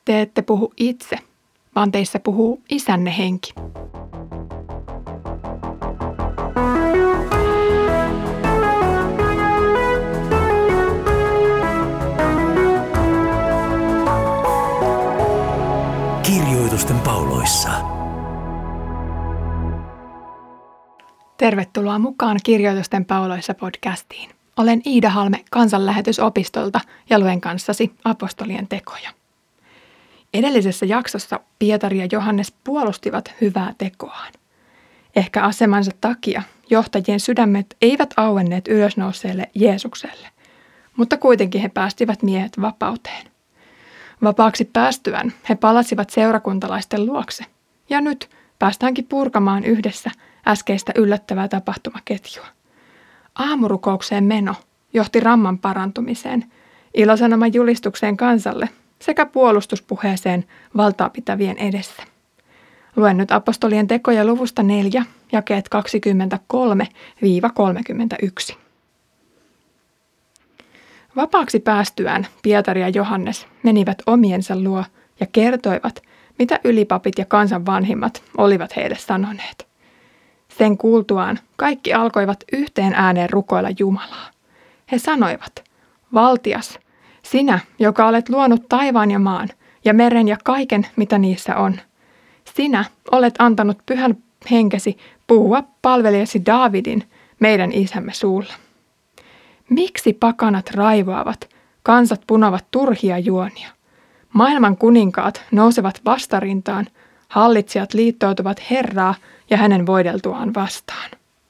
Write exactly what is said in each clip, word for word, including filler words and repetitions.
te ette puhu itse, vaan teissä puhuu Isänne henki. Kirjoitusten pauloissa. Tervetuloa mukaan Kirjoitusten pauloissa podcastiin. Olen Iida Halme Kansanlähetysopistolta ja luen kanssasi apostolien tekoja. Edellisessä jaksossa Pietari ja Johannes puolustivat hyvää tekoaan. Ehkä asemansa takia johtajien sydämet eivät auenneet ylösnouseelle Jeesukselle, mutta kuitenkin he päästivät miehet vapauteen. Vapaaksi päästyään he palasivat seurakuntalaisten luokse, ja nyt päästäänkin purkamaan yhdessä äskeistä yllättävää tapahtumaketjua. Aamurukoukseen meno johti ramman parantumiseen, ilosanoman julistukseen kansalle sekä puolustuspuheeseen valtaa pitävien edessä. Luen nyt apostolien tekoja luvusta neljä, jakeet kaksikymmentäkolme kolmekymmentäyksi. Vapaaksi päästyään Pietari ja Johannes menivät omiensa luo ja kertoivat, mitä ylipapit ja kansan vanhimmat olivat heille sanoneet. Sen kuultuaan kaikki alkoivat yhteen ääneen rukoilla Jumalaa. He sanoivat, valtias, sinä, joka olet luonut taivaan ja maan ja meren ja kaiken, mitä niissä on. Sinä olet antanut pyhän henkesi puhua palvelijasi Daavidin, meidän isämme suulla. Miksi pakanat raivoavat, kansat punovat turhia juonia? Maailman kuninkaat nousevat vastarintaan, hallitsijat liittoutuvat Herraa ja hänen voideltuaan vastaan.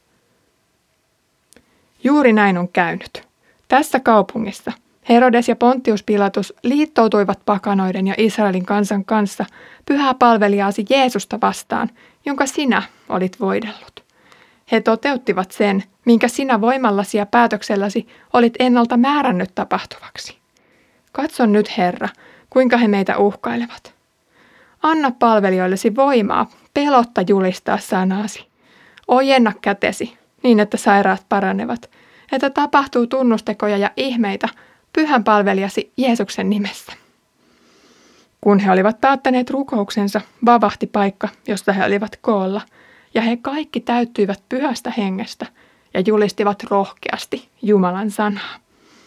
Juuri näin on käynyt. Tässä kaupungissa Herodes ja Pontius Pilatus liittoutuivat pakanoiden ja Israelin kansan kanssa pyhää palvelijaasi Jeesusta vastaan, jonka sinä olit voidellut. He toteuttivat sen, minkä sinä voimallasi ja päätökselläsi olit ennalta määrännyt tapahtuvaksi. Katso nyt, Herra, kuinka he meitä uhkailevat. Anna palvelijoillesi voimaa pelotta julistaa sanaasi. Ojenna kätesi niin, että sairaat paranevat, että tapahtuu tunnustekoja ja ihmeitä pyhän palvelijasi Jeesuksen nimessä. Kun he olivat päättäneet rukouksensa, vavahti paikka, josta he olivat koolla, ja he kaikki täyttyivät pyhästä hengestä ja julistivat rohkeasti Jumalan sanaa.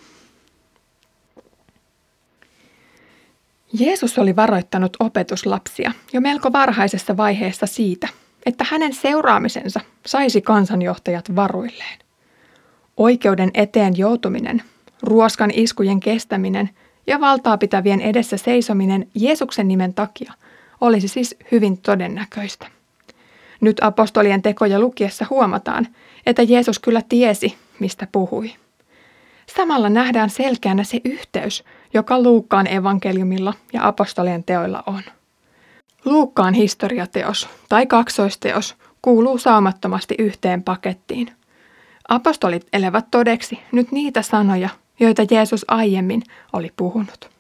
Jeesus oli varoittanut opetuslapsia jo melko varhaisessa vaiheessa siitä, että hänen seuraamisensa saisi kansanjohtajat varuilleen. Oikeuden eteen joutuminen, ruoskan iskujen kestäminen ja valtaa pitävien edessä seisominen Jeesuksen nimen takia olisi siis hyvin todennäköistä. Nyt apostolien tekoja lukiessa huomataan, että Jeesus kyllä tiesi, mistä puhui. Samalla nähdään selkeänä se yhteys, joka Luukkaan evankeliumilla ja apostolien teoilla on. Luukkaan historiateos tai kaksoisteos kuuluu saumattomasti yhteen pakettiin. Apostolit elävät todeksi nyt niitä sanoja, joita Jeesus aiemmin oli puhunut.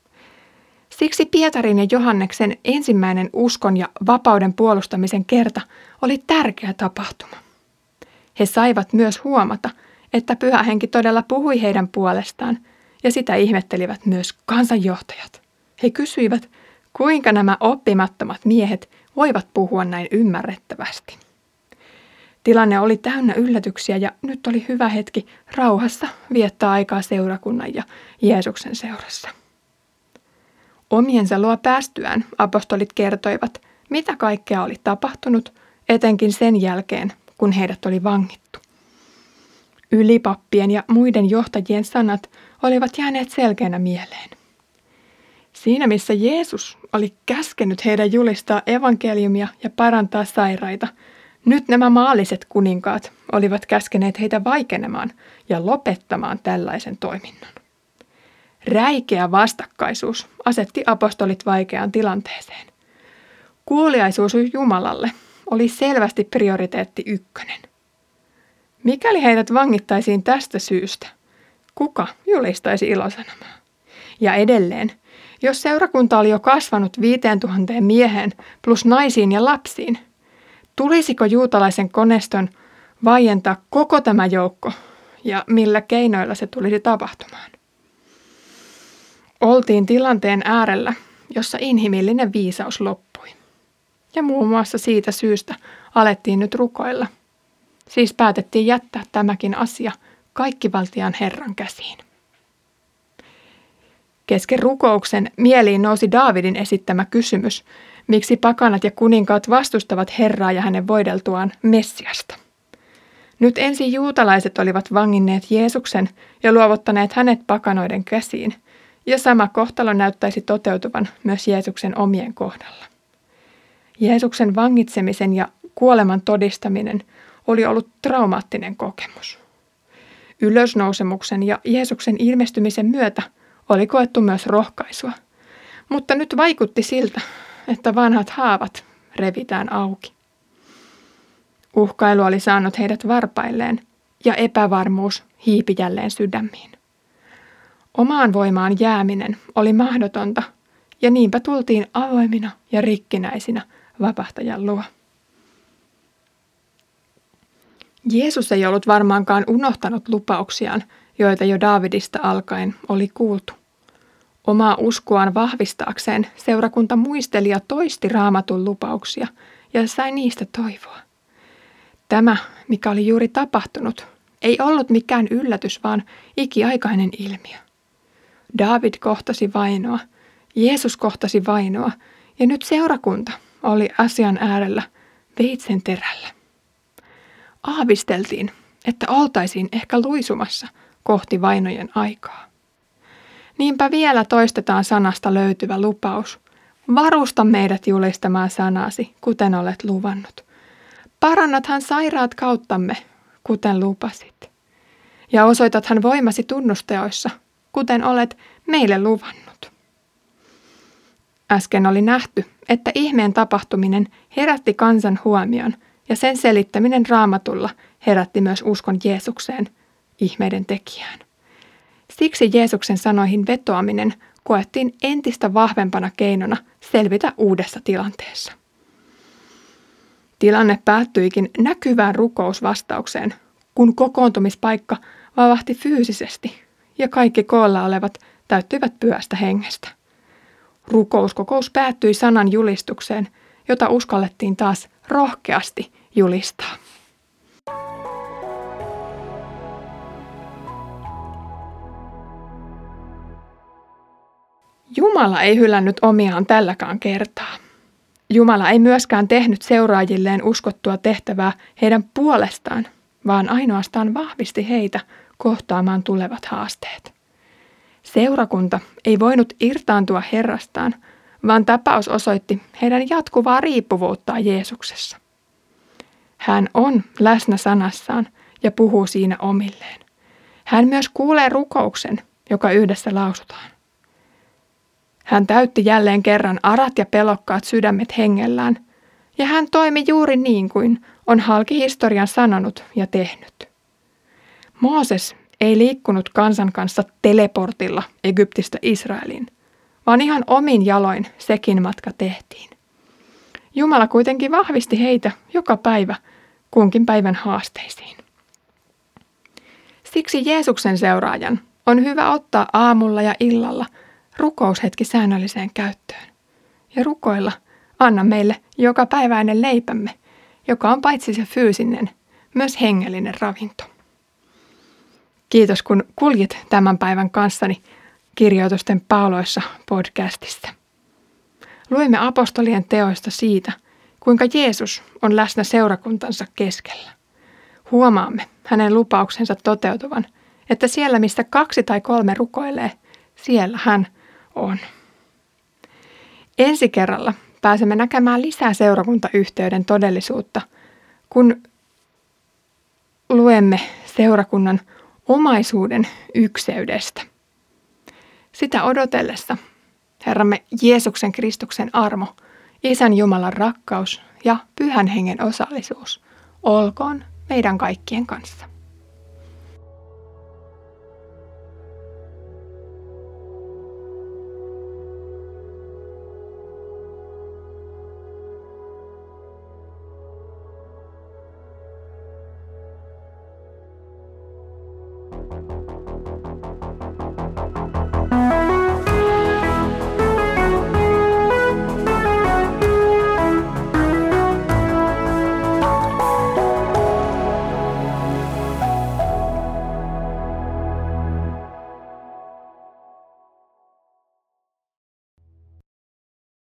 Siksi Pietarin ja Johanneksen ensimmäinen uskon ja vapauden puolustamisen kerta oli tärkeä tapahtuma. He saivat myös huomata, että Pyhä Henki todella puhui heidän puolestaan, ja sitä ihmettelivät myös kansanjohtajat. He kysyivät, kuinka nämä oppimattomat miehet voivat puhua näin ymmärrettävästi. Tilanne oli täynnä yllätyksiä ja nyt oli hyvä hetki rauhassa viettää aikaa seurakunnan ja Jeesuksen seurassa. Omiensa luo päästyään apostolit kertoivat, mitä kaikkea oli tapahtunut, etenkin sen jälkeen, kun heidät oli vangittu. Ylipappien ja muiden johtajien sanat olivat jääneet selkeänä mieleen. Siinä missä Jeesus oli käskenyt heidän julistaa evankeliumia ja parantaa sairaita, nyt nämä maalliset kuninkaat olivat käskeneet heitä vaikenemaan ja lopettamaan tällaisen toiminnon. Räikeä vastakkaisuus asetti apostolit vaikeaan tilanteeseen. Kuuliaisuus Jumalalle oli selvästi prioriteetti ykkönen. Mikäli heidät vangittaisiin tästä syystä, kuka julistaisi ilosanomaa? Ja edelleen, jos seurakunta oli jo kasvanut viiteen tuhanteen mieheen plus naisiin ja lapsiin, tulisiko juutalaisen koneiston vaientaa koko tämä joukko ja millä keinoilla se tulisi tapahtumaan? Oltiin tilanteen äärellä, jossa inhimillinen viisaus loppui. Ja muun muassa siitä syystä alettiin nyt rukoilla. Siis päätettiin jättää tämäkin asia kaikkivaltiaan Herran käsiin. Kesken rukouksen mieliin nousi Daavidin esittämä kysymys, miksi pakanat ja kuninkaat vastustavat Herraa ja hänen voideltuaan Messiasta. Nyt ensin juutalaiset olivat vanginneet Jeesuksen ja luovuttaneet hänet pakanoiden käsiin, ja sama kohtalo näyttäisi toteutuvan myös Jeesuksen omien kohdalla. Jeesuksen vangitsemisen ja kuoleman todistaminen oli ollut traumaattinen kokemus. Ylösnousemuksen ja Jeesuksen ilmestymisen myötä oli koettu myös rohkaisua, mutta nyt vaikutti siltä, että vanhat haavat revitään auki. Uhkailu oli saanut heidät varpailleen ja epävarmuus hiipi jälleen sydämiin. Omaan voimaan jääminen oli mahdotonta ja niinpä tultiin avoimina ja rikkinäisinä vapahtajan luo. Jeesus ei ollut varmaankaan unohtanut lupauksiaan, joita jo Daavidista alkaen oli kuultu. Omaa uskoaan vahvistaakseen seurakunta muisteli ja toisti Raamatun lupauksia ja sai niistä toivoa. Tämä, mikä oli juuri tapahtunut, ei ollut mikään yllätys, vaan ikiaikainen ilmiö. Daavid kohtasi vainoa, Jeesus kohtasi vainoa ja nyt seurakunta oli asian äärellä veitsen terällä. Aavisteltiin, että oltaisiin ehkä luisumassa kohti vainojen aikaa. Niinpä vielä toistetaan sanasta löytyvä lupaus. Varusta meidät julistamaan sanasi, kuten olet luvannut. Parannathan sairaat kauttamme, kuten lupasit. Ja osoitathan voimasi tunnusteoissa, kuten olet meille luvannut. Äsken oli nähty, että ihmeen tapahtuminen herätti kansan huomion ja sen selittäminen Raamatulla herätti myös uskon Jeesukseen, ihmeiden tekijään. Siksi Jeesuksen sanoihin vetoaminen koettiin entistä vahvempana keinona selvitä uudessa tilanteessa. Tilanne päättyikin näkyvään rukousvastaukseen, kun kokoontumispaikka vavahti fyysisesti ja kaikki koolla olevat täyttyivät pyhästä hengestä. Rukouskokous päättyi sanan julistukseen, jota uskallettiin taas rohkeasti julistaa. Jumala ei hylännyt omiaan tälläkään kertaa. Jumala ei myöskään tehnyt seuraajilleen uskottua tehtävää heidän puolestaan, vaan ainoastaan vahvisti heitä kohtaamaan tulevat haasteet. Seurakunta ei voinut irtaantua Herrastaan, vaan tapaus osoitti heidän jatkuvaa riippuvuuttaan Jeesuksessa. Hän on läsnä sanassaan ja puhuu siinä omilleen. Hän myös kuulee rukouksen, joka yhdessä lausutaan. Hän täytti jälleen kerran arat ja pelokkaat sydämet hengellään, ja hän toimi juuri niin kuin on halki historian sanonut ja tehnyt. Mooses ei liikkunut kansan kanssa teleportilla Egyptistä Israeliin, vaan ihan omin jaloin sekin matka tehtiin. Jumala kuitenkin vahvisti heitä joka päivä kunkin päivän haasteisiin. Siksi Jeesuksen seuraajan on hyvä ottaa aamulla ja illalla rukoushetki säännölliseen käyttöön ja rukoilla anna meille jokapäiväinen leipämme, joka on paitsi se fyysinen, myös hengellinen ravinto. Kiitos kun kuljit tämän päivän kanssani Kirjoitusten pauloissa podcastissa. Luimme apostolien teoista siitä, kuinka Jeesus on läsnä seurakuntansa keskellä. Huomaamme hänen lupauksensa toteutuvan, että siellä missä kaksi tai kolme rukoilee, siellä hän on. Ensi kerralla pääsemme näkemään lisää seurakuntayhteyden todellisuutta, kun luemme seurakunnan omaisuuden ykseydestä. Sitä odotellessa Herramme Jeesuksen Kristuksen armo, Isän Jumalan rakkaus ja Pyhän Hengen osallisuus olkoon meidän kaikkien kanssa.